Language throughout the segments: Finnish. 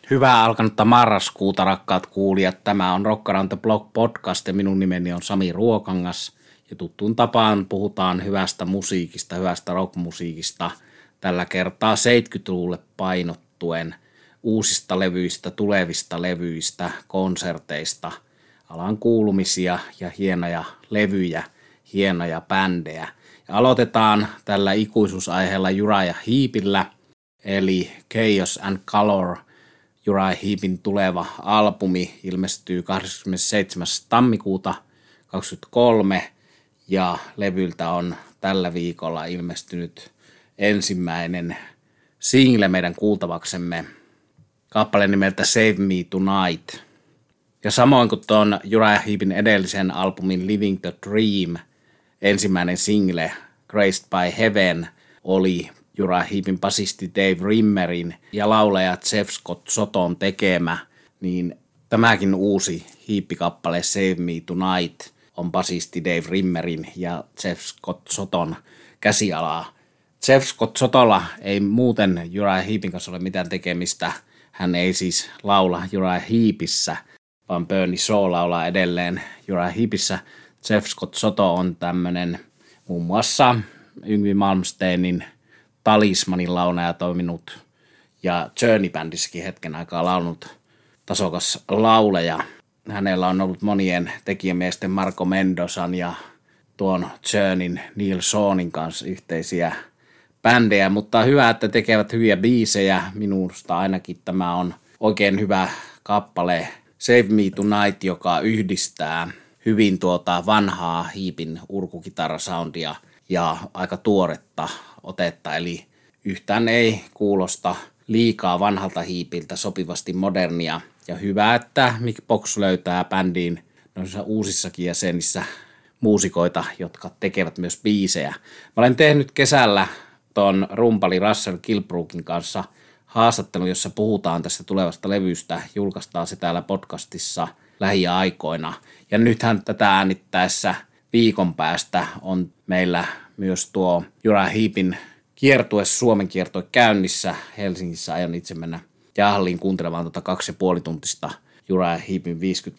Hyvää alkanutta marraskuuta, rakkaat kuulijat. Tämä on Rock Around the Block podcast ja minun nimeni on Sami Ruokangas. Ja tuttuun tapaan puhutaan hyvästä musiikista, hyvästä rockmusiikista. Tällä kertaa 70-luvulle painottuen uusista levyistä, tulevista levyistä, konserteista, alan kuulumisia ja hienoja levyjä, hienoja bändejä. Ja aloitetaan tällä ikuisuusaiheella Uriah Heepillä, eli Chaos and Color. Uriah Heepin tuleva albumi ilmestyy 27. tammikuuta 2023 ja levyltä on tällä viikolla ilmestynyt ensimmäinen single meidän kuultavaksemme, kappale nimeltä Save Me Tonight. Ja samoin kuin tuon Uriah Heepin edellisen albumin Living the Dream ensimmäinen single Graced by Heaven oli Uriah Heepin basisti Dave Rimmerin ja laulaja Jeff Scott Soton tekemä, niin tämäkin uusi Heep-kappale Save Me Tonight on basisti Dave Rimmerin ja Jeff Scott Soton käsialaa. Jeff Scott Sotolla ei muuten Uriah Heepin kanssa ole mitään tekemistä. Hän ei siis laula Uriah Heepissä, vaan Bernie Shaw laulaa edelleen Uriah Heepissä. Jeff Scott Soto on tämmöinen muun muassa Yngwie Malmsteenin Talismanin laulaja toiminut ja Journey-bändissäkin hetken aikaa laulunut tasokas laulaja. Hänellä on ollut monien tekijämiesten Marco Mendozan ja tuon Journeyn Neil Seanin kanssa yhteisiä bändejä, mutta hyvä, että tekevät hyviä biisejä. Minusta ainakin tämä on oikein hyvä kappale Save Me Tonight, joka yhdistää hyvin tuota vanhaa Heepin urkukitarasoundia ja aika tuoretta otetta, eli yhtään ei kuulosta liikaa vanhalta Heepiltä, sopivasti modernia. Ja hyvä, että Mick Box löytää bändiin noissa uusissakin jäsenissä muusikoita, jotka tekevät myös biisejä. Mä olen tehnyt kesällä ton rumpali Russell Kilbrookin kanssa haastattelun, jossa puhutaan tästä tulevasta levystä. Julkaistaan se täällä podcastissa lähiaikoina. Ja nythän tätä äänittäessä viikon päästä on meillä myös tuo Uriah Heepin kiertue, Suomen kiertue käynnissä. Helsingissä aion itse mennä jäähalliin kuuntelemaan 2,5-tuntista Uriah Heepin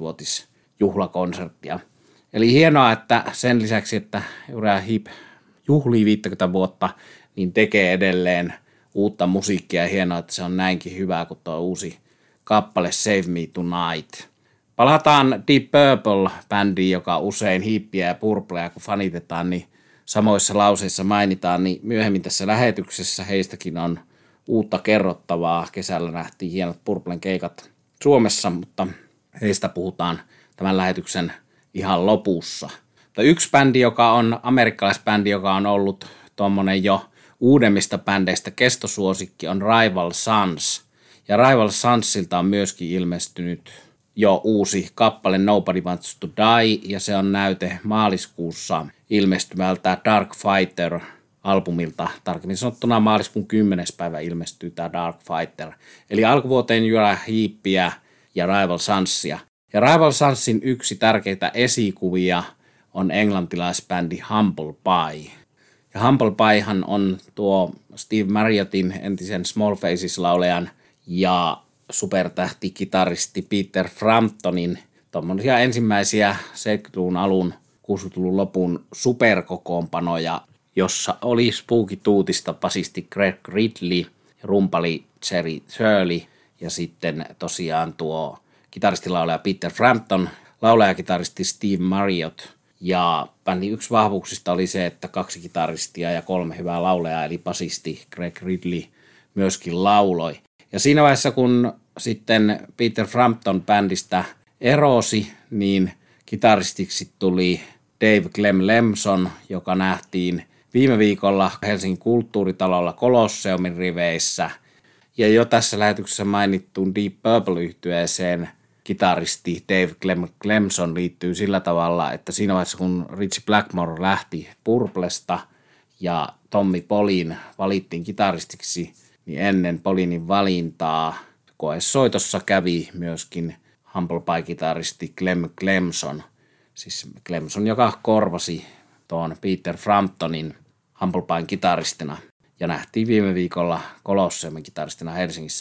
50-vuotisjuhlakonserttia. Eli hienoa, että sen lisäksi, että Uriah Heep juhlii 50 vuotta, niin tekee edelleen uutta musiikkia. Hienoa, että se on näinkin hyvää kuin tuo uusi kappale Save Me Tonight. Palataan Deep Purple-bändiin, joka usein Heepiä ja Purplea, kun fanitetaan, niin samoissa lauseissa mainitaan, niin myöhemmin tässä lähetyksessä heistäkin on uutta kerrottavaa. Kesällä nähtiin hienot Purplen keikat Suomessa, mutta heistä puhutaan tämän lähetyksen ihan lopussa. Mutta yksi bändi, joka on amerikkalaisbändi, joka on ollut tuommoinen jo uudemmista bändeistä kestosuosikki, on Rival Sons. Ja Rival Sonsilta on myöskin ilmestynyt jo uusi kappale Nobody Wants to Die, ja se on näyte maaliskuussa ilmestymältä Dark Fighter-albumilta. Tarkemmin sanottuna maaliskuun 10. päivä ilmestyy tämä Dark Fighter. Eli alkuvuoteen Uriah Heepia ja Rival Sonsia. Ja Rival Sonsin yksi tärkeitä esikuvia on englantilaisbändi Humble Pie. Ja Humble Piehan on tuo Steve Marriotin, entisen Small Faces-laulajan ja supertähtikitaristi Peter Framptonin tommosia ensimmäisiä 70-luvun alun, 60-luvun lopun superkokoonpanoja, jossa oli Spooky Tootista basisti Greg Ridley, rumpali Jerry Shirley ja sitten tosiaan tuo kitaristilaulaja Peter Frampton, laulajakitaristi Steve Marriott. Ja bändin yksi vahvuuksista oli se, että 2 kitaristia ja 3 hyvää laulajaa, eli basisti Greg Ridley myöskin lauloi. Ja siinä vaiheessa, kun sitten Peter Frampton bändistä erosi, niin kitaristiksi tuli Dave Clem Lemson, joka nähtiin viime viikolla Helsingin kulttuuritalolla Colosseumin riveissä. Ja jo tässä lähetyksessä mainittuun Deep Purple-yhtyeeseen kitaristi Dave Clem Lemson liittyy sillä tavalla, että siinä vaiheessa, kun Ritchie Blackmore lähti Purplesta ja Tommy Paulin valittiin kitaristiksi, niin ennen Paulinin valintaa koesoitossa kävi myöskin Humble Pie-kitaristi Clem Clemson. Siis Clemson, joka korvasi tuon Peter Framptonin Humble Pien kitaristina ja nähtiin viime viikolla Colosseumin kitaristina Helsingissä.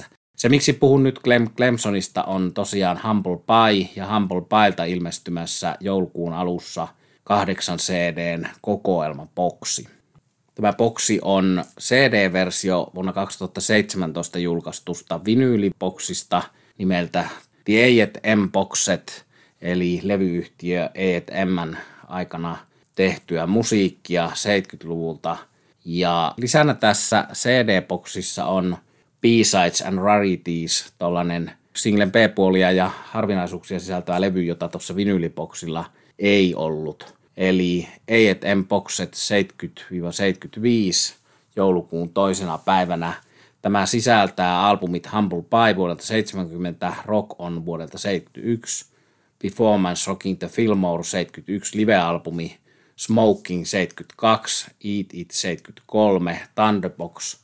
Se, miksi puhun nyt Clemsonista, on tosiaan Humble Pie ja Humble Pielta ilmestymässä joulukuun alussa 8 CD:n kokoelmaboksi. Tämä boksi on CD-versio vuonna 2017 julkaistusta vinyyliboksista nimeltä The A&M Boxset, eli levyyhtiö A&M:n aikana tehtyä musiikkia 70-luvulta. Ja lisänä tässä CD-boksissa on B-Sides and Rarities, tollainen singlen B-puolia ja harvinaisuuksia sisältävä levy, jota tuossa vinyyliboksilla ei ollut. Eli A&M Boxset 70-75 joulukuun 2. päivänä. Tämä sisältää albumit Humble Pie vuodelta 70, Rock On vuodelta 71, Performance Rocking the Fillmore 71 live-albumi, Smoking 72, Eat It 73, Thunderbox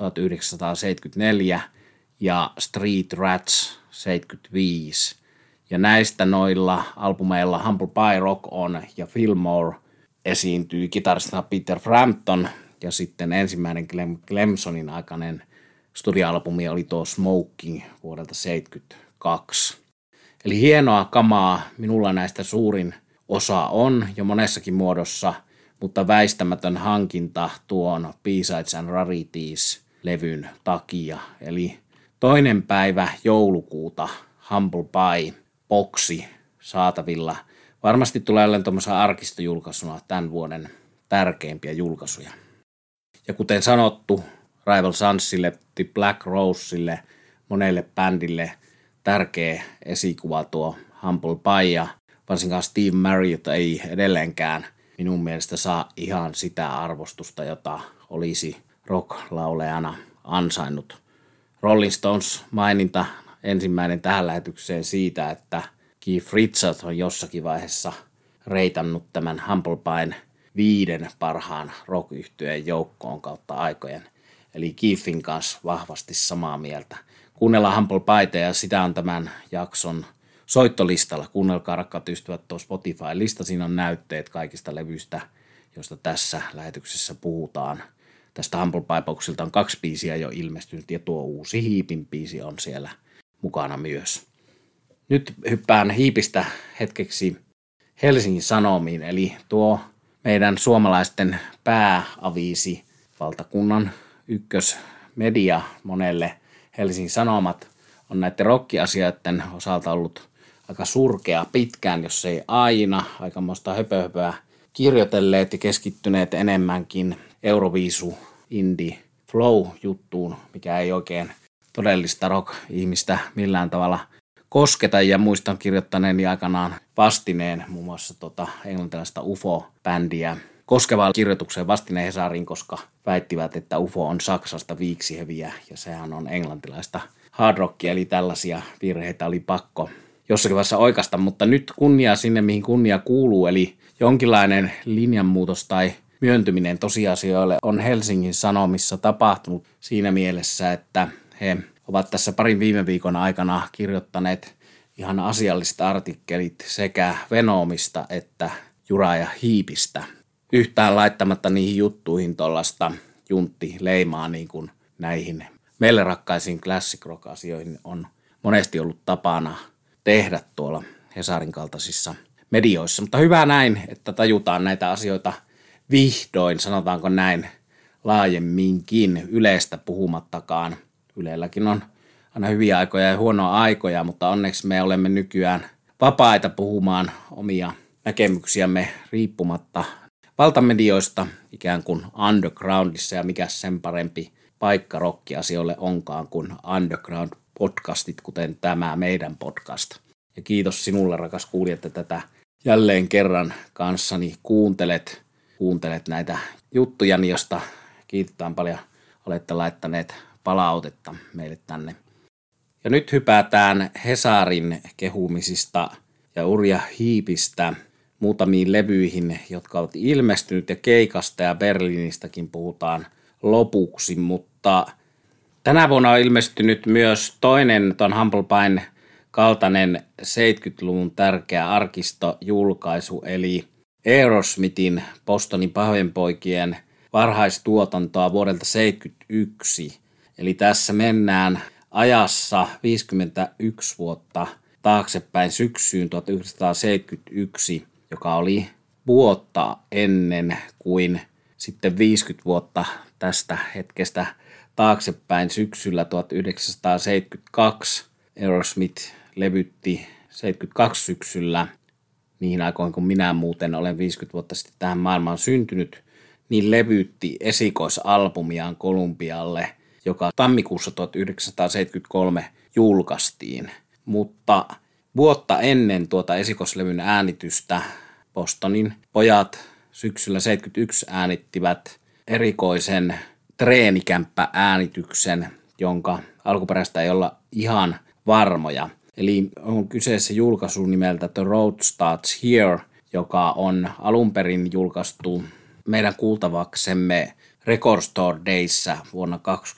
1974 ja Street Rats 75. Ja näistä noilla albumeilla Humble Pie, Rock On ja Fillmore esiintyy kitaristina Peter Frampton ja sitten ensimmäinen Clemsonin aikainen studioalbumi oli tuo Smoking vuodelta 72. Eli hienoa kamaa, minulla näistä suurin osa on jo monessakin muodossa, mutta väistämätön hankinta tuon B-Sides and Rarities-levyn takia. Eli 2. päivä joulukuuta Humble Pie boksi saatavilla. Varmasti tulee olemaan tuommoisen arkistojulkaisuna tämän vuoden tärkeimpiä julkaisuja. Ja kuten sanottu, Rival Sonsille, The Black Roselle, monelle bändille tärkeä esikuva tuo Humble Pie, ja varsinkaan Steve Marriott ei edelleenkään minun mielestä saa ihan sitä arvostusta, jota olisi rock-laulajana ansainnut. Rolling Stones maininta ensimmäinen tähän lähetykseen siitä, että Keith Richards on jossakin vaiheessa reitannut tämän Humble Pien 5 parhaan rock-yhtyeen joukkoon kautta aikojen. Eli Keithin kanssa vahvasti samaa mieltä. Kuunnellaan Humble Pieta ja sitä on tämän jakson soittolistalla. Kuunnelkaa rakkaat ystävät tuo Spotify-lista. Siinä on näytteet kaikista levyistä, joista tässä lähetyksessä puhutaan. Tästä Humble Pie-boksilta on 2 biisiä jo ilmestynyt ja tuo uusi Hiipin biisi on siellä mukana myös. Nyt hyppään Hiipistä hetkeksi Helsingin Sanomiin, eli tuo meidän suomalaisten pääaviisi, valtakunnan ykkösmedia monelle. Helsingin Sanomat on näiden rokkiasioiden osalta ollut aika surkea pitkään, jos ei aina, aikamoista höpöhöpöä kirjoitelleet ja keskittyneet enemmänkin Euroviisu, indie, flow-juttuun, mikä ei oikein todellista rock-ihmistä millään tavalla kosketa. Ja muistan kirjoittaneeni aikanaan vastineen muun muassa englantilaista UFO-bändiä koskevaan kirjoitukseen vastineen Hesariin, koska väittivät, että UFO on Saksasta viiksiheviä ja sehän on englantilaista hard rockia, eli tällaisia virheitä oli pakko jossakin vaiheessa oikaista, mutta nyt kunnia sinne, mihin kunnia kuuluu, eli jonkinlainen linjanmuutos tai myöntyminen tosiasioille on Helsingin Sanomissa tapahtunut siinä mielessä, että he ovat tässä parin viime viikon aikana kirjoittaneet ihan asialliset artikkelit sekä Venomista että Jura ja Hiipistä. Yhtään laittamatta niihin juttuihin tuollaista junttileimaa niin kuin näihin meille rakkaisiin classic rock-asioihin on monesti ollut tapana tehdä tuolla Hesarin kaltaisissa medioissa. Mutta hyvä näin, että tajutaan näitä asioita vihdoin, sanotaanko näin laajemminkin, Ylestä puhumattakaan. Ylelläkin on aina hyviä aikoja ja huonoja aikoja, mutta onneksi me olemme nykyään vapaita puhumaan omia näkemyksiämme riippumatta valtamedioista ikään kuin undergroundissa, ja mikä sen parempi paikka rokkiasioille onkaan kuin underground-podcastit, kuten tämä meidän podcast. Ja kiitos sinulle, rakas kuulija, että tätä jälleen kerran kanssani kuuntelet näitä juttuja, josta kiitetään paljon, olette laittaneet palautetta meille tänne. Ja nyt hypätään Hesarin kehumisista ja Urja Hiipistä muutamiin levyihin, jotka ovat ilmestynyt, ja keikasta ja Berliinistäkin puhutaan lopuksi, mutta tänä vuonna on ilmestynyt myös toinen ton Humble Pien kaltainen 70-luvun tärkeä arkistojulkaisu, eli Aerosmithin Bostonin pahojenpoikien varhaistuotantoa vuodelta 1971. Eli tässä mennään ajassa 51 vuotta taaksepäin syksyyn 1971, joka oli vuotta ennen kuin sitten 50 vuotta tästä hetkestä taaksepäin syksyllä 1972. Aerosmith levytti 72 syksyllä, niihin aikoihin kun minä muuten olen 50 vuotta sitten tähän maailmaan syntynyt, niin levytti esikoisalbumiaan Kolumbialle, joka tammikuussa 1973 julkaistiin. Mutta vuotta ennen tuota esikoislevyn äänitystä Bostonin pojat syksyllä 71 äänittivät erikoisen treenikämppä-äänityksen, jonka alkuperäistä ei olla ihan varmoja. Eli on kyseessä julkaisu nimeltä The Road Starts Here, joka on alun perin julkaistu meidän kuultavaksemme Record Store Dayssä vuonna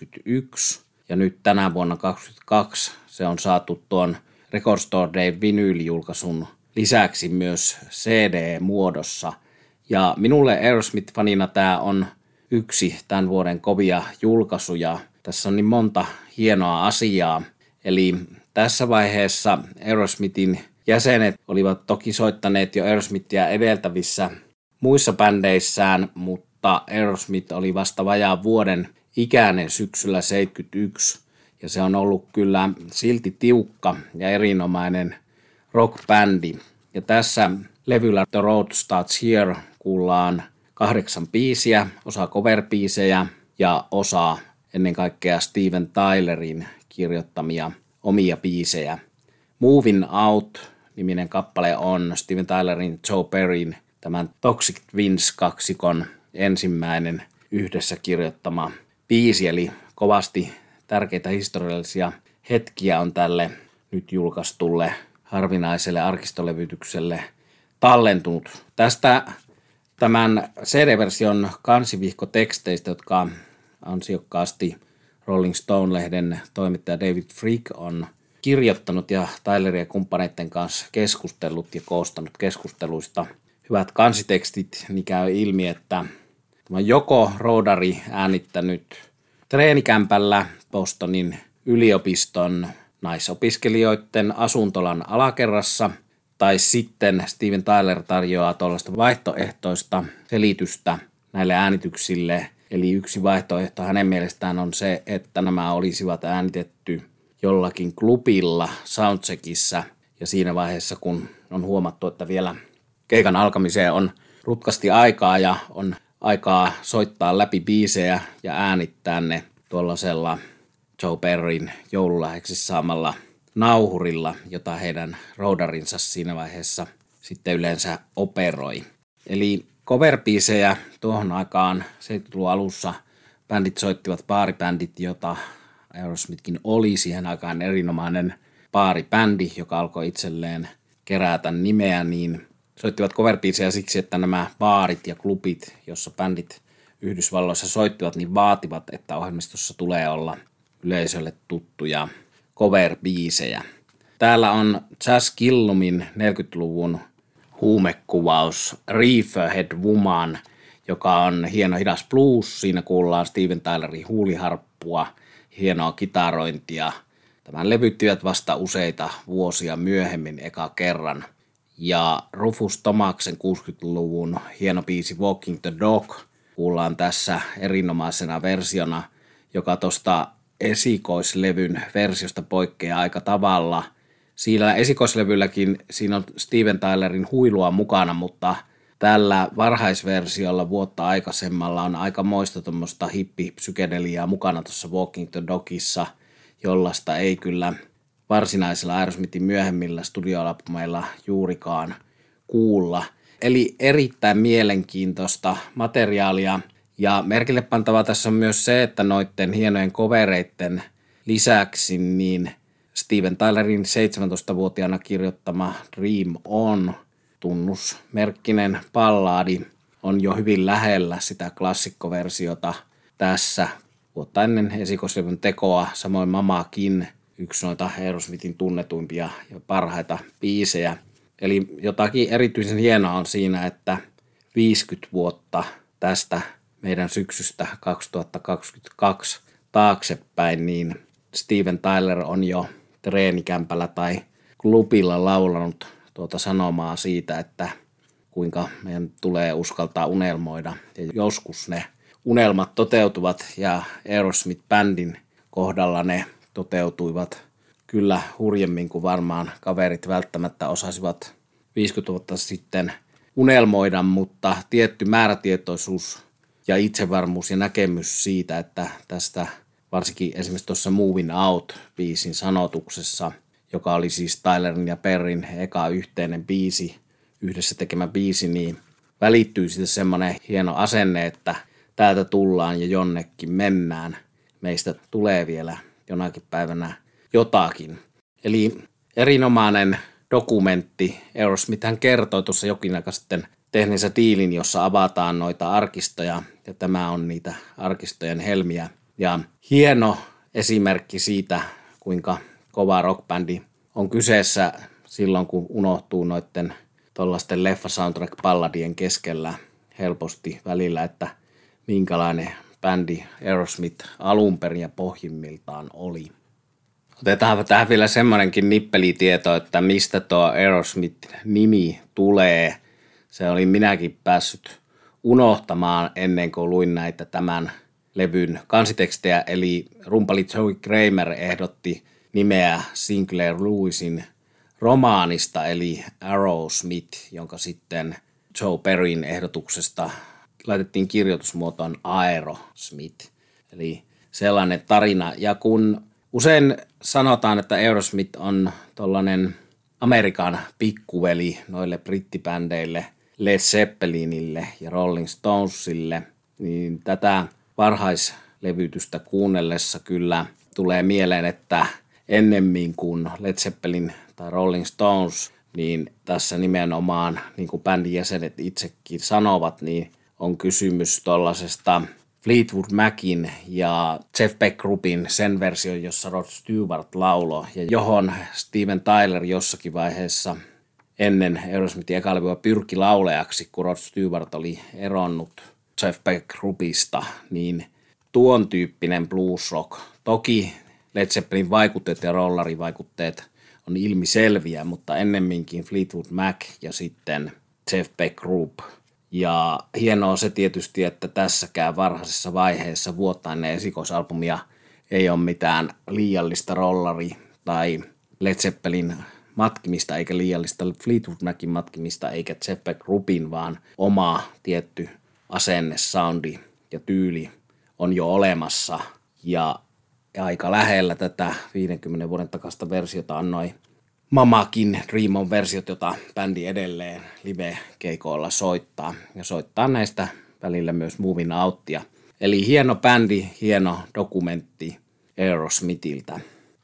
2021 ja nyt tänä vuonna 2022 se on saatu tuon Record Store Day vinyylijulkaisun lisäksi myös CD-muodossa. Ja minulle Aerosmith-fanina tämä on yksi tämän vuoden kovia julkaisuja. Tässä on niin monta hienoa asiaa. Eli tässä vaiheessa Aerosmithin jäsenet olivat toki soittaneet jo Aerosmithia edeltävissä muissa bändeissään, mutta Aerosmith oli vasta vajaan vuoden ikäinen syksyllä 71. Ja se on ollut kyllä silti tiukka ja erinomainen rock-bändi. Ja tässä levyllä The Road Starts Here kuullaan 8 biisiä, osa cover-biisejä ja osa ennen kaikkea Steven Tylerin kirjoittamia omia biisejä. Moving Out-niminen kappale on Steven Tylerin, Joe Perryn, tämän Toxic Twins-kaksikon ensimmäinen yhdessä kirjoittama biisi, eli kovasti tärkeitä historiallisia hetkiä on tälle nyt julkaistulle harvinaiselle arkistolevytykselle tallentunut. Tästä tämän CD-version kansivihkoteksteistä, jotka ansiokkaasti Rolling Stone-lehden toimittaja David Fricke on kirjoittanut ja Tylerin ja kumppaneiden kanssa keskustellut ja koostanut keskusteluista hyvät kansitekstit, niin käy ilmi, että tämä on joko roadari äänittänyt treenikämpällä Bostonin yliopiston naisopiskelijoiden asuntolan alakerrassa, tai sitten Steven Tyler tarjoaa tuollaista vaihtoehtoista selitystä näille äänityksille. Eli yksi vaihtoehto hänen mielestään on se, että nämä olisivat äänitetty jollakin klubilla soundcheckissa, ja siinä vaiheessa, kun on huomattu, että vielä keikan alkamiseen on rutkasti aikaa ja on aikaa soittaa läpi biisejä ja äänittää ne tuollaisella Joe Perryn joululahjaksi saamalla nauhurilla, jota heidän roudarinsa siinä vaiheessa sitten yleensä operoi. Eli cover-biisejä tuohon aikaan 70-luvun alussa bändit soittivat baaribändit, jota Aerosmithkin oli siihen aikaan erinomainen baaribändi, joka alkoi itselleen kerätä nimeä, niin soittivat cover-biisejä siksi, että nämä baarit ja klubit, jossa bändit Yhdysvalloissa soittivat, niin vaativat, että ohjelmistossa tulee olla yleisölle tuttuja cover-biisejä. Täällä on Jazz Killumin 40-luvun huumekuvaus Reeferhead Woman, joka on hieno hidas blues. Siinä kuullaan Steven Tylerin huuliharppua, hienoa kitarointia. Tämän levyttivät vasta useita vuosia myöhemmin eka kerran. Ja Rufus Thomaksen 60-luvun hieno biisi Walking the Dog kuullaan tässä erinomaisena versiona, joka tuosta esikoislevyn versiosta poikkeaa aika tavalla. Siinä esikoislevylläkin siinä on Steven Tylerin huilua mukana, mutta tällä varhaisversiolla vuotta aikaisemmalla on aika moista tuommoista hippipsykedeliaa mukana tuossa Walking the Dogissa, jollaista ei kyllä varsinaisilla Aerosmithin myöhemmillä studioalbumeilla juurikaan kuulla. Eli erittäin mielenkiintoista materiaalia. Ja merkille pantavaa tässä on myös se, että noiden hienojen covereiden lisäksi niin Steven Tylerin 17-vuotiaana kirjoittama Dream On tunnusmerkkinen ballaadi on jo hyvin lähellä sitä klassikkoversiota tässä vuotta ennen esikoislevyn tekoa, samoin Mamakin, yksi noita Aerosmithin tunnetuimpia ja parhaita biisejä. Eli jotakin erityisen hienoa on siinä, että 50 vuotta tästä meidän syksystä 2022 taaksepäin, niin Steven Tyler on jo treenikämpällä tai klubilla laulanut tuota sanomaa siitä, että kuinka meidän tulee uskaltaa unelmoida. Ja joskus ne unelmat toteutuvat ja Aerosmith-bändin kohdalla ne toteutuivat kyllä hurjemmin kuin varmaan kaverit välttämättä osasivat 50 vuotta sitten unelmoida, mutta tietty määrätietoisuus ja itsevarmuus ja näkemys siitä, että tästä varsinkin esimerkiksi tuossa Moving Out-biisin sanotuksessa, joka oli siis Tylerin ja Perrin eka yhteinen biisi, yhdessä tekemä biisi, niin välittyy sitten semmoinen hieno asenne, että täältä tullaan ja jonnekin mennään. Meistä tulee vielä jonakin päivänä jotakin. Eli erinomainen dokumentti. Aerosmithhän kertoi tuossa jokin aika sitten tehneensä diilin, jossa avataan noita arkistoja, ja tämä on niitä arkistojen helmiä. Ja hieno esimerkki siitä, kuinka kova rockbändi on kyseessä silloin, kun unohtuu noiden tuollaisten leffa-soundtrack-balladien keskellä helposti välillä, että minkälainen bändi Aerosmith alun perin ja pohjimmiltaan oli. Otetaan tähän vielä semmoinenkin nippelitieto, että mistä tuo Aerosmith-nimi tulee. Se oli minäkin päässyt unohtamaan ennen kuin luin näitä tämän levyn kansitekstejä. Eli rumpali Joey Kramer ehdotti nimeä Sinclair Lewisin romaanista, eli Arrowsmith, jonka sitten Joe Perryn ehdotuksesta laitettiin kirjoitusmuotoon Aerosmith. Eli sellainen tarina. Ja kun usein sanotaan, että Aerosmith on tollainen Amerikan pikkuveli noille brittibändeille, Led Zeppelinille ja Rolling Stonesille, niin tätä varhaislevytystä kuunnellessa kyllä tulee mieleen, että ennemmin kuin Led Zeppelin tai Rolling Stones, niin tässä nimenomaan, niin kuin bändin jäsenet itsekin sanovat, niin on kysymys tuollaisesta Fleetwood Macin ja Jeff Beck Groupin sen versio, jossa Rod Stewart lauloi, ja johon Steven Tyler jossakin vaiheessa ennen Aerosmithin eka levyä pyrki lauleaksi, kun Rod Stewart oli eronnut Jeff Beck Groupista, niin tuon tyyppinen blues rock. Toki Led Zeppelin vaikutteet ja rollarivaikutteet on ilmiselviä, mutta ennemminkin Fleetwood Mac ja sitten Jeff Beck Group. Ja hienoa se tietysti, että tässäkään varhaisessa vaiheessa vuotta ennen esikoisalbumia ei ole mitään liiallista rollari- tai Led Zeppelin matkimista, eikä liiallista Fleetwood Macin matkimista, eikä Jeff Beck Groupin, vaan oma tietty asenne, soundi ja tyyli on jo olemassa. Ja aika lähellä tätä 50 vuoden takaista versiota annoi Mamakin Dream On-versiot, jota bändi edelleen live-keikoilla soittaa. Ja soittaa näistä välillä myös Moving Outia. Eli hieno bändi, hieno dokumentti Aerosmithiltä.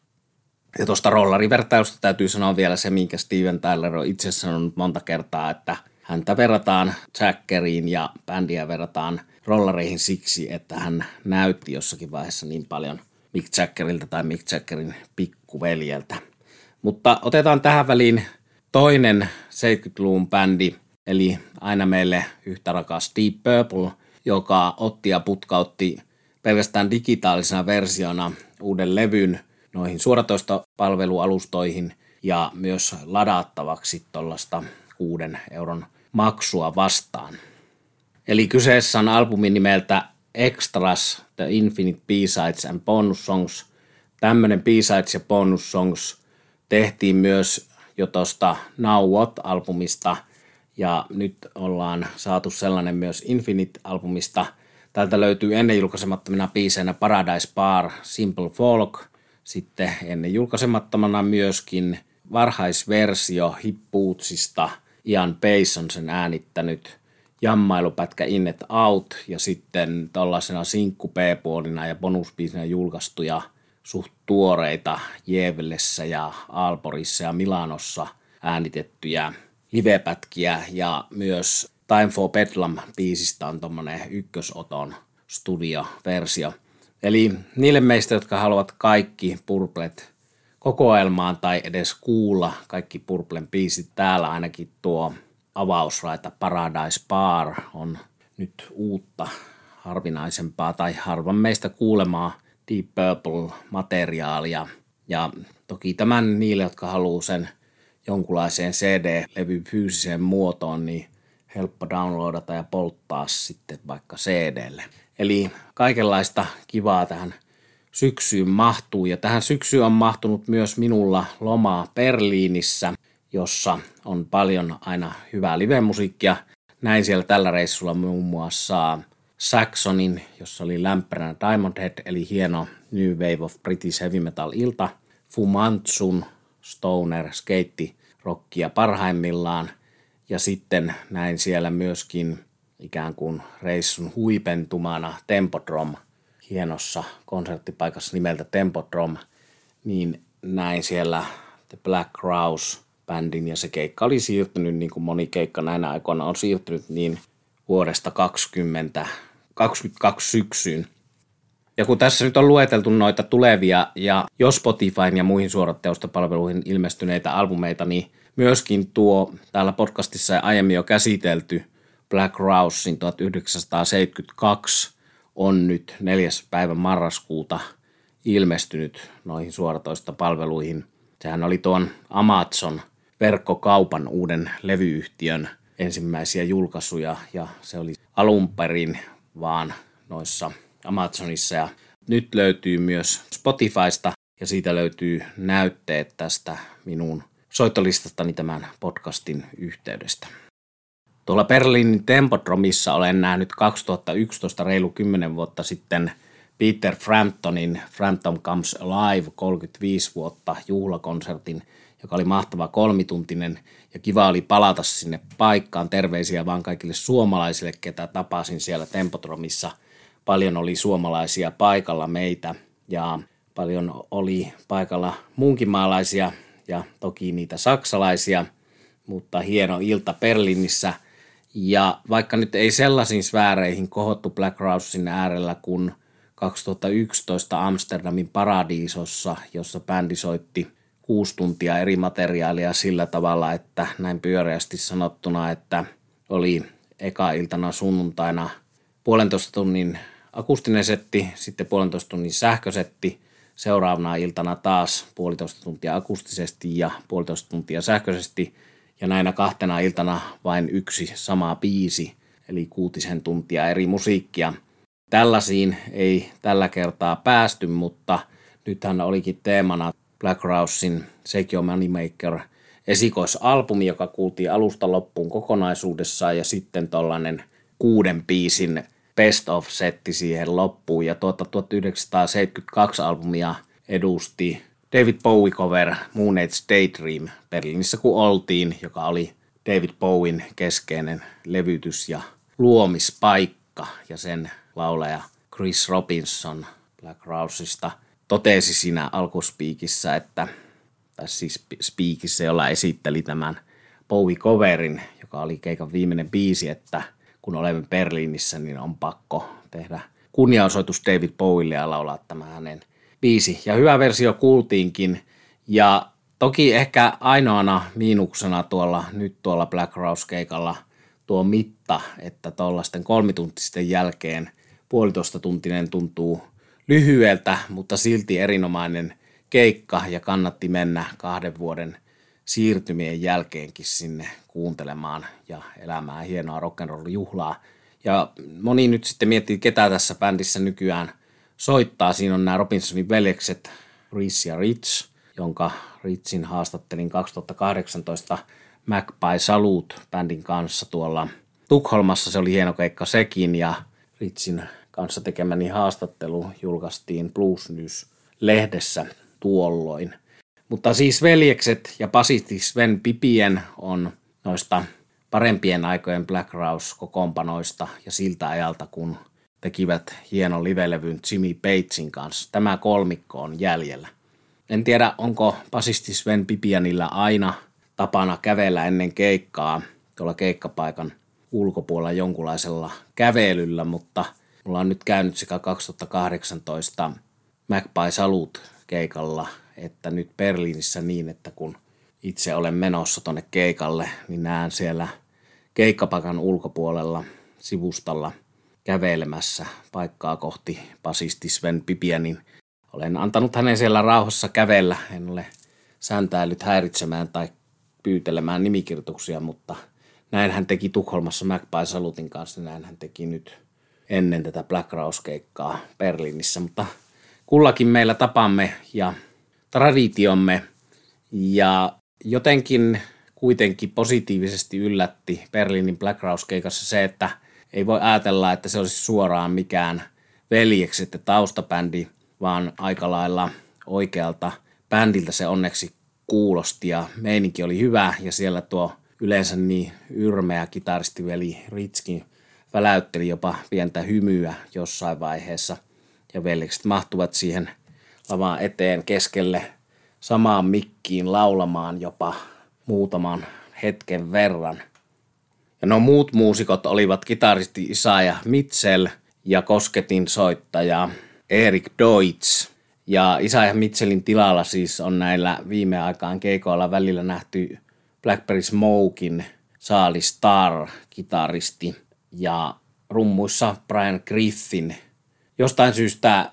Ja tuosta rollarivertailusta täytyy sanoa vielä se, minkä Steven Tyler on itse sanonut monta kertaa, että häntä verrataan Jackeriin ja bändiä verrataan rollareihin siksi, että hän näytti jossakin vaiheessa niin paljon Mick Jaggerilta tai Mick Jaggerin pikkuveljeltä. Mutta otetaan tähän väliin toinen 70-luvun bändi, eli aina meille yhtä rakas Deep Purple, joka otti ja putkautti pelkästään digitaalisena versiona uuden levyn noihin suoratoistopalvelualustoihin ja myös ladattavaksi tuollaista 6 euron maksua vastaan. Eli kyseessä on albumi nimeltä Extras, The Infinite B-Sides and Bonus Songs. Tämmöinen B-Sides ja Bonus Songs tehtiin myös jo tuosta Now What-albumista, ja nyt ollaan saatu sellainen myös Infinite-albumista. Täältä löytyy ennen julkaisemattomina biiseinä Paradise Bar, Simple Folk, sitten ennen julkaisemattomana myöskin varhaisversio Hip Bootsista, Ian Pace on sen äänittänyt, jammailupätkä In et Out, ja sitten tällaisena sinkku B-puolina ja bonusbiisinä julkaistuja suht tuoreita Gävlessä ja Aalborissa ja Milanossa äänitettyjä livepätkiä, ja myös Time for Bedlam-biisistä on tommonen ykkösoton studioversio. Eli niille meistä, jotka haluavat kaikki Purplet kokoelmaan tai edes kuulla kaikki Purplen biisit, täällä ainakin tuo avausraita Paradise Bar on nyt uutta, harvinaisempaa tai harvan meistä kuulemaa Deep Purple-materiaalia. Ja toki tämän niille, jotka haluaa sen jonkunlaiseen CD-levyn fyysiseen muotoon, niin helppo downloadata ja polttaa sitten vaikka CDlle. Eli kaikenlaista kivaa tähän syksyyn mahtuu. Ja tähän syksyyn on mahtunut myös minulla lomaa Berliinissä, jossa on paljon aina hyvää livemusiikkia. Näin siellä tällä reissulla muun muassa Saxonin, jossa oli lämpäränä Diamond Head, eli hieno New Wave of British Heavy Metal-ilta. Fu Mantsun stoner skeitti rockia parhaimmillaan. Ja sitten näin siellä myöskin ikään kuin reissun huipentumana Tempodrom, hienossa konserttipaikassa nimeltä Tempodrom, niin näin siellä The Black Crowes-bändin, ja se keikka oli siirtynyt, niin kuin moni keikka näinä aikoina on siirtynyt, niin vuodesta 2022 syksyyn. Ja kun tässä nyt on lueteltu noita tulevia ja jo Spotifyn ja muihin suorateostopalveluihin ilmestyneitä albumeita, niin myöskin tuo täällä podcastissa aiemmin jo käsitelty Black Crowesin 1972 on nyt 4. päivä marraskuuta ilmestynyt noihin suoratoistopalveluihin. Sehän oli tuon Amazon verkkokaupan uuden levyyhtiön ensimmäisiä julkaisuja, ja se oli alun perin vaan noissa Amazonissa, ja nyt löytyy myös Spotifysta, ja siitä löytyy näytteet tästä minun soittolistastani tämän podcastin yhteydestä. Tuolla Berliinin Tempodromissa olen nähnyt 2011 reilu 10 vuotta sitten Peter Framptonin Frampton Comes Alive 35 vuotta juhlakonsertin, joka oli mahtava 3-tuntinen, ja kiva oli palata sinne paikkaan. Terveisiä vaan kaikille suomalaisille, ketä tapasin siellä Tempodromissa. Paljon oli suomalaisia paikalla meitä, ja paljon oli paikalla muunkin maalaisia ja toki niitä saksalaisia, mutta hieno ilta Berliinissä. Ja vaikka nyt ei sellaisiin sfääreihin kohottu Black Crowesin äärellä kuin 2011 Amsterdamin Paradiisossa, jossa bändi soitti 6 tuntia eri materiaalia sillä tavalla, että näin pyöreästi sanottuna, että oli eka iltana sunnuntaina 1,5 tunnin akustinen setti, sitten 1,5 tunnin sähkösetti, seuraavana iltana taas 1,5 tuntia akustisesti ja 1,5 tuntia sähköisesti, ja näinä 2 iltana vain yksi sama biisi, eli 6 tuntia eri musiikkia. Tällaisiin ei tällä kertaa päästy, mutta nythän olikin teemana Black Crowesin Shake Your Moneymaker esikoisalbumi, joka kuultiin alusta loppuun kokonaisuudessaan, ja sitten tollainen 6 biisin best of setti siihen loppuun, ja 1972 albumia edusti David Bowie cover Moon Age Daydream Berliinissä kun oltiin, joka oli David Bowien keskeinen levytys ja luomispaikka, ja sen laulaja Chris Robinson Black Crowesista totesi siinä alkuspiikissä, että, tai siis spiikissä, jolla esitteli tämän Bowie-coverin, joka oli keikan viimeinen biisi, että kun olemme Berliinissä, niin on pakko tehdä kunnianosoitus David Bowielle ja laulaa tämä hänen biisi. Ja hyvä versio kuultiinkin, ja toki ehkä ainoana miinuksena tuolla Black Crowes-keikalla tuo mitta, että tuollaisten 3-tuntisten jälkeen 1,5 tuntinen tuntuu lyhyeltä, mutta silti erinomainen keikka, ja kannatti mennä 2 vuoden siirtymien jälkeenkin sinne kuuntelemaan ja elämään hienoa rock'n'roll-juhlaa. Ja moni nyt sitten miettii, ketä tässä bändissä nykyään soittaa. Siinä on nämä Robinsonin veljekset Chris ja Rich, jonka Richin haastattelin 2018 Magpie Salute-bändin kanssa tuolla Tukholmassa. Se oli hieno keikka sekin, ja Richin kanssa tekemäni haastattelu julkaistiin Blues News-lehdessä tuolloin. Mutta siis veljekset ja basisti Sven Pipien on noista parempien aikojen Black Crowes-kokoonpanoista ja siltä ajalta, kun tekivät hienon livelevyn Jimmy Pagein kanssa. Tämä kolmikko on jäljellä. En tiedä, onko basisti Sven Pipienillä aina tapana kävellä ennen keikkaa tuolla keikkapaikan ulkopuolella jonkunlaisella kävelyllä, mutta mulla on nyt käynyt sekä 2018 Magpie Salute-keikalla että nyt Berliinissä niin, että kun itse olen menossa tonne keikalle, niin näen siellä keikkapaikan ulkopuolella sivustalla kävelemässä paikkaa kohti basisti Sven Pipienin olen antanut hänen siellä rauhassa kävellä. En ole sääntäillyt häiritsemään tai pyytelemään nimikirjoituksia, mutta näin hän teki Tukholmassa Magpie Salutin kanssa. Näin hän teki nyt ennen tätä Black Rose-keikkaa Berliinissä. Mutta kullakin meillä tapamme ja traditiomme ja jotenkin kuitenkin positiivisesti yllätti Berliinin Black Rose-keikassa se, että ei voi ajatella, että se olisi suoraan mikään veljekset ja taustabändi, vaan aika lailla oikealta bändiltä se onneksi kuulosti ja meininki oli hyvä ja siellä tuo yleensä niin yrmeä kitaristiveli Ritskin väläytteli jopa pientä hymyä jossain vaiheessa ja veljekset mahtuvat siihen lavaan eteen keskelle samaan mikkiin laulamaan jopa muutaman hetken verran. Ja no muut muusikot olivat kitaristi Isaiah Mitchell ja kosketin soittaja Erik Deutsch. Ja Isaiah Mitchellin tilalla siis on näillä viime aikaan keikoilla välillä nähty Blackberry Smokein Charlie Starr-kitaristi ja rummuissa Brian Griffin. Jostain syystä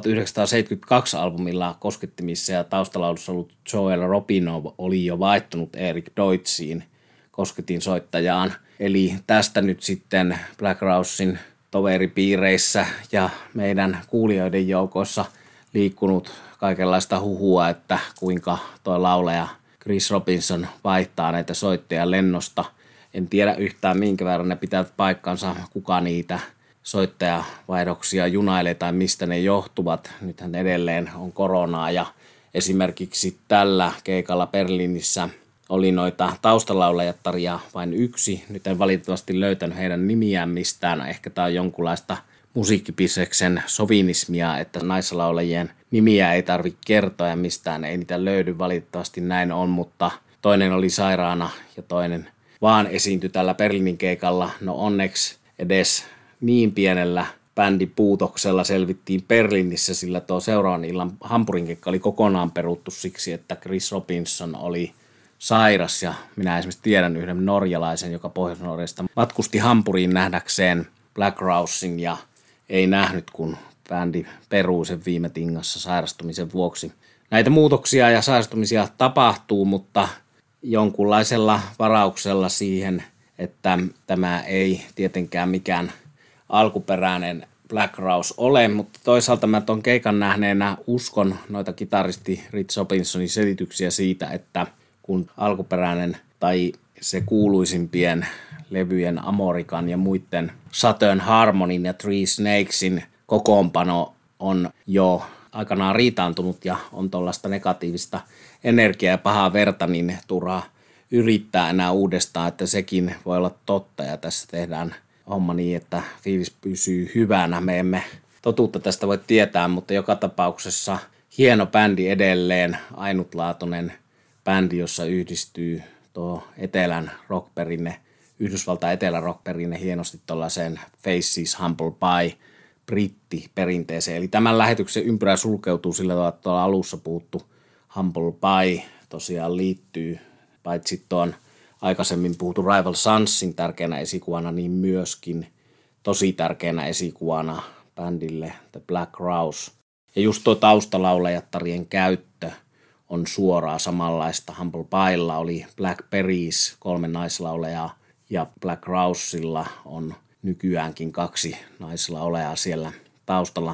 1972 albumilla koskettimissa ja taustalaulussa ollut Joel Robinov oli jo vaihtunut Erik Deutschiin kosketin soittajaan. Eli tästä nyt sitten Black Rosein toveripiireissä ja meidän kuulijoiden joukoissa liikkunut kaikenlaista huhua, että kuinka tuo laulaja Chris Robinson vaihtaa näitä soittajia lennosta. En tiedä yhtään minkä verran ne pitävät paikkansa, kuka niitä soittajavaihdoksia junailee tai mistä ne johtuvat. Nythän edelleen on koronaa ja esimerkiksi tällä keikalla Berliinissä oli noita taustalaulajattaria vain yksi. Nyt en valitettavasti löytänyt heidän nimiään mistään. Ehkä tämä on jonkunlaista musiikkipiseksen sovinismia, että naisalaulajien nimiä ei tarvitse kertoa ja mistään ei niitä löydy. Valitettavasti näin on, mutta toinen oli sairaana ja toinen vaan esiintyi tällä Berliinin keikalla. No onneksi edes niin pienellä bändipuutoksella selvittiin Berliinissä, sillä tuo seuraavan illan Hampurin keikka oli kokonaan peruttu siksi, että Chris Robinson oli sairas ja minä esimerkiksi tiedän yhden norjalaisen, joka Pohjois-Norjasta matkusti Hampuriin nähdäkseen Black Rosein ja ei nähnyt, kun bändi perui sen viime tingassa sairastumisen vuoksi. Näitä muutoksia ja sairastumisia tapahtuu, mutta jonkunlaisella varauksella siihen, että tämä ei tietenkään mikään alkuperäinen Black Rose ole, mutta toisaalta mä tuon keikan nähneenä uskon noita kitaristi Rich Robinsonin selityksiä siitä, että kun alkuperäinen tai se kuuluisimpien levyjen Amorikan ja muiden Southern Harmonin ja Three Snakesin kokoonpano on jo aikanaan riitaantunut ja on tuollaista negatiivista energiaa ja pahaa verta, niin turha yrittää enää uudestaan, että sekin voi olla totta ja tässä tehdään homma niin, että fiilis pysyy hyvänä. Me emme totuutta tästä voi tietää, mutta joka tapauksessa hieno bändi edelleen, ainutlaatuinen bändi, jossa yhdistyy tuo etelän rockperinne, Yhdysvaltain etelän rockperinne hienosti tuollaiseen Faces Humble Pie brittiperinteeseen. Eli tämän lähetyksen ympyrä sulkeutuu sillä tavalla, että tuolla alussa puhuttu Humble Pie tosiaan liittyy paitsi tuon aikaisemmin puhuttu Rival Sonsin tärkeänä esikuvana, niin myöskin tosi tärkeänä esikuvana bändille The Black Rose. Ja just tuo taustalaulajattarien käyttö on suoraan samanlaista. Humble Piella oli Black Berries, 3 naislaulajaa, ja Black Rosella on nykyäänkin 2 naislaulajaa siellä taustalla.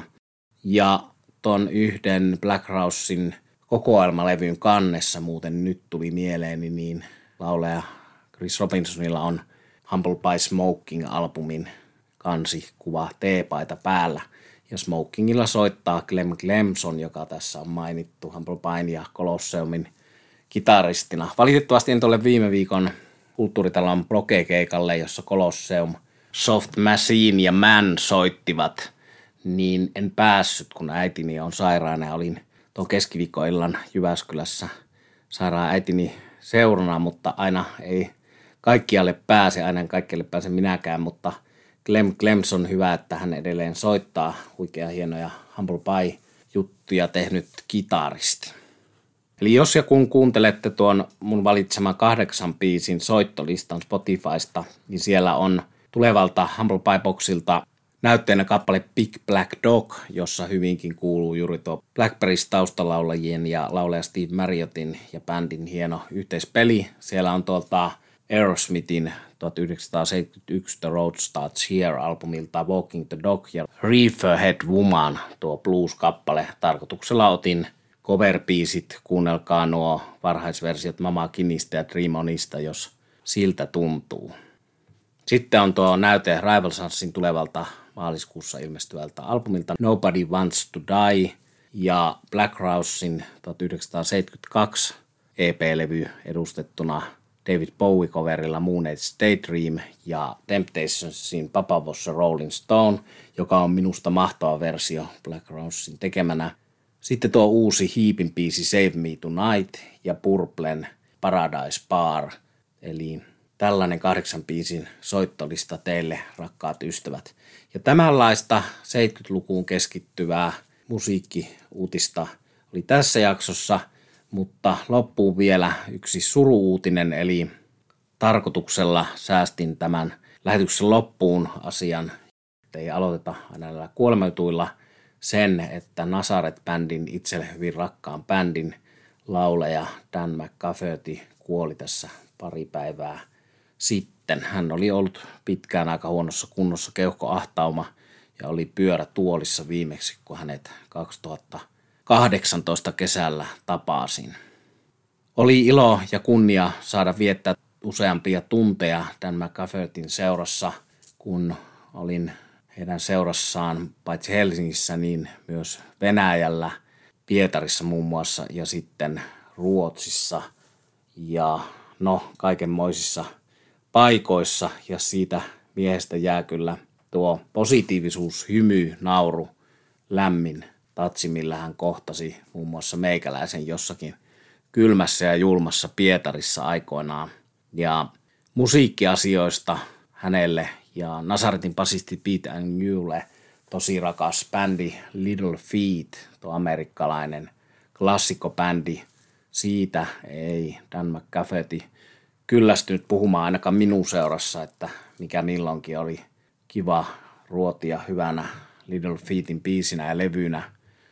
Ja ton yhden Black Rosein kokoelmalevyn kannessa muuten nyt tuli mieleeni, niin laulaja Chris Robinsonilla on Humble Pie Smoking-albumin kansikuva T-paita päällä. Ja Smokingilla soittaa Clem Clemson, joka tässä on mainittu Humble Pien ja Colosseumin kitaristina. Valitettavasti en tuolle viime viikon Kulttuuritalon bloge-keikalle, jossa Colosseum, Soft Machine ja Man soittivat, niin en päässyt, kun äitini on sairaana ja olin tuon keskiviikkoillan Jyväskylässä sairaan äitini seurana, mutta aina ei kaikkialle pääse, aina en kaikkialle pääse minäkään, mutta Clem Clemson hyvä, että hän edelleen soittaa huikea hienoja Humble Pie-juttuja tehnyt kitaristi. Eli jos ja kun kuuntelette tuon mun valitseman 8 biisin soittolistan Spotifysta, niin siellä on tulevalta Humble Pie-boksilta näytteenä kappale Big Black Dog, jossa hyvinkin kuuluu juuri tuo Blackberrys taustalaulajien ja laulaja Steve Marriotin ja bändin hieno yhteispeli. Siellä on tuolta Aerosmithin 1971 The Road Starts Here-albumilta Walking the Dog ja Reeferhead Woman, tuo blues-kappale. Tarkoituksella otin cover-biisit, kuunnelkaa nuo varhaisversiot Mama Kinistä ja Dream Onista, jos siltä tuntuu. Sitten on tuo näyte Rival Sonsin tulevalta maaliskuussa ilmestyvältä albumilta Nobody Wants to Die ja Black Rousein 1972 EP-levy edustettuna David Bowie-coverilla Moon Age Daydream ja Temptationsin Papa Was a Rolling Stone, joka on minusta mahtava versio Black Rousein tekemänä. Sitten tuo uusi Heapin biisi Save Me Tonight ja Purplen Paradise Bar, eli tällainen 8 biisin soittolista teille, rakkaat ystävät. Ja tämänlaista 70-lukuun keskittyvää musiikkiuutista oli tässä jaksossa, mutta loppuun vielä yksi suru-uutinen, eli tarkoituksella säästin tämän lähetyksen loppuun asian, ei aloiteta aina näillä kuolemajutuilla, sen, että Nazareth-bändin itselle hyvin rakkaan bändin laulaja Dan McCafferty kuoli tässä pari päivää sitten. Hän oli ollut pitkään aika huonossa kunnossa, keuhkoahtauma, ja oli pyörätuolissa viimeksi, kun hänet 2018 kesällä tapasin. Oli ilo ja kunnia saada viettää useampia tunteja Dan McCaffertyn seurassa, kun olin heidän seurassaan paitsi Helsingissä, niin myös Venäjällä, Pietarissa muun muassa ja sitten Ruotsissa ja kaikenmoisissa paikoissa, ja siitä miehestä jää kyllä tuo positiivisuus, hymy, nauru, lämmin tatsi, millä hän kohtasi muun muassa meikäläisen jossakin kylmässä ja julmassa Pietarissa aikoinaan. Ja musiikkiasioista hänelle ja Nazarethin basisti Pete Agnewlle tosi rakas bändi Little Feat, tuo amerikkalainen klassikkobändi. Siitä ei Dan McCafferty kyllästynyt puhumaan ainakaan minun seurassa, että mikä milloinkin oli kiva ruotia hyvänä Little Featin biisinä ja levynä.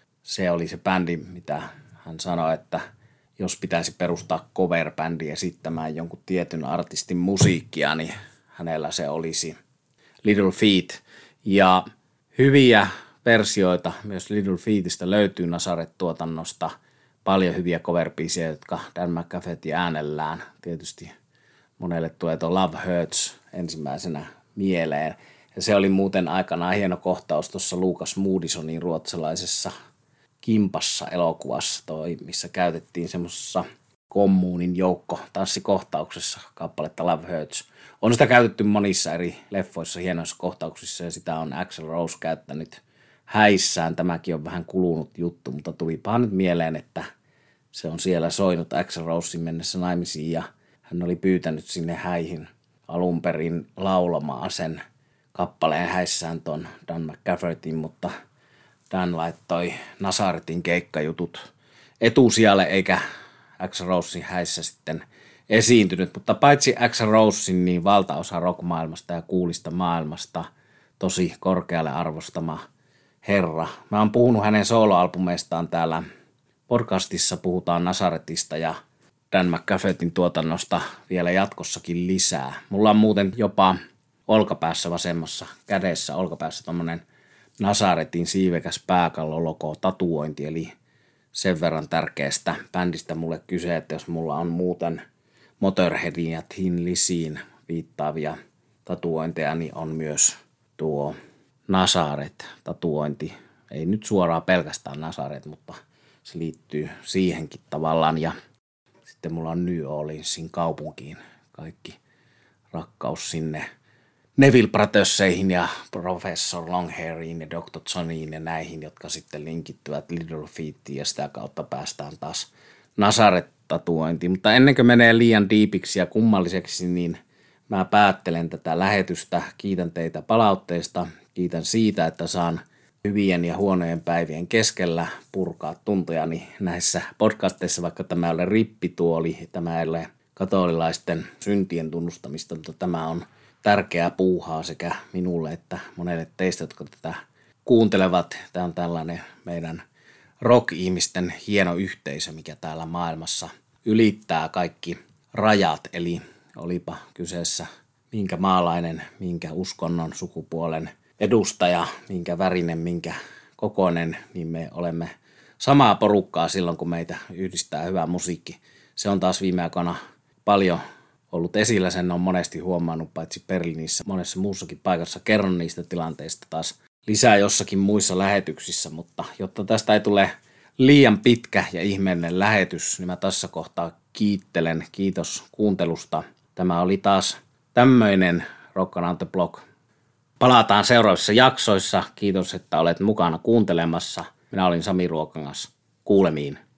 Se oli se bändi, mitä hän sanoi, että jos pitäisi perustaa cover-bändi esittämään jonkun tietyn artistin musiikkia, niin hänellä se olisi Little Feat. Ja hyviä versioita myös Little Featistä löytyy Nazareth-tuotannosta. Paljon hyviä cover-biisejä, jotka Dan McCafferty äänellään. Tietysti monelle tulee tuo Love Hurts ensimmäisenä mieleen. Ja se oli muuten aikanaan hieno kohtaus tuossa Lucas Moodisonin ruotsalaisessa Kimpassa elokuvassa, missä käytettiin semmoisessa kommunin tanssikohtauksessa kappaletta Love Hurts. On sitä käytetty monissa eri leffoissa, hienoissa kohtauksissa, ja sitä on Axl Rose käyttänyt häissään. Tämäkin on vähän kulunut juttu, mutta tulipahan nyt mieleen, että se on siellä soinut Axl Rosein mennessä naimisiin, ja hän oli pyytänyt sinne häihin alun perin laulamaan sen kappaleen häissään ton Dan McCaffertyn, mutta Dan laittoi Nazarethin keikkajutut etusijalle, eikä Axl Rosein häissä sitten esiintynyt. Mutta paitsi Axl Rosein, niin valtaosa rockmaailmasta ja kuulista maailmasta tosi korkealle arvostama herra. Mä oon puhunut hänen soloalbumeistaan täällä podcastissa, puhutaan Nazarethista ja Dan McCaffertyn tuotannosta vielä jatkossakin lisää. Mulla on muuten jopa olkapäässä vasemmassa kädessä tommonen Nazarethin siivekäs pääkallologo tatuointi, eli sen verran tärkeästä bändistä mulle kyse, että jos mulla on muuten Motorheadin ja Thin Lizzyyn viittaavia tatuointeja, niin on myös tuo Nazareth-tatuointi. Ei nyt suoraan pelkästään Nazareth, mutta se liittyy siihenkin tavallaan. Ja sitten mulla on New Orleansin kaupunkiin kaikki rakkaus sinne Neville Brotherseihin ja Professor Longhairiin ja Dr. Johniin ja näihin, jotka sitten linkittyvät Little Featiin, ja sitä kautta päästään taas Nazareth-tatuointiin. Mutta ennen kuin menee liian diipiksi ja kummalliseksi, niin mä päättelen tätä lähetystä. Kiitän teitä palautteista. Kiitän siitä, että saan hyvien ja huonojen päivien keskellä purkaa tuntojani näissä podcasteissa, vaikka tämä ei ole rippituoli, tämä ei ole katolilaisten syntien tunnustamista, mutta tämä on tärkeää puuhaa sekä minulle että monelle teistä, jotka tätä kuuntelevat. Tämä on tällainen meidän rock-ihmisten hieno yhteisö, mikä täällä maailmassa ylittää kaikki rajat. Eli olipa kyseessä minkä maalainen, minkä uskonnon, sukupuolen edustaja, minkä värinen, minkä kokoinen, niin me olemme samaa porukkaa silloin, kun meitä yhdistää hyvä musiikki. Se on taas viime aikoina paljon ollut esillä, sen on monesti huomannut, paitsi Berliinissä, monessa muussakin paikassa. Kerron niistä tilanteista taas lisää jossakin muissa lähetyksissä, mutta jotta tästä ei tule liian pitkä ja ihmeellinen lähetys, niin mä tässä kohtaa kiittelen. Kiitos kuuntelusta. Tämä oli taas tämmöinen Rock Around the Block. Palataan seuraavissa jaksoissa. Kiitos, että olet mukana kuuntelemassa. Minä olin Sami Ruokangas. Kuulemiin.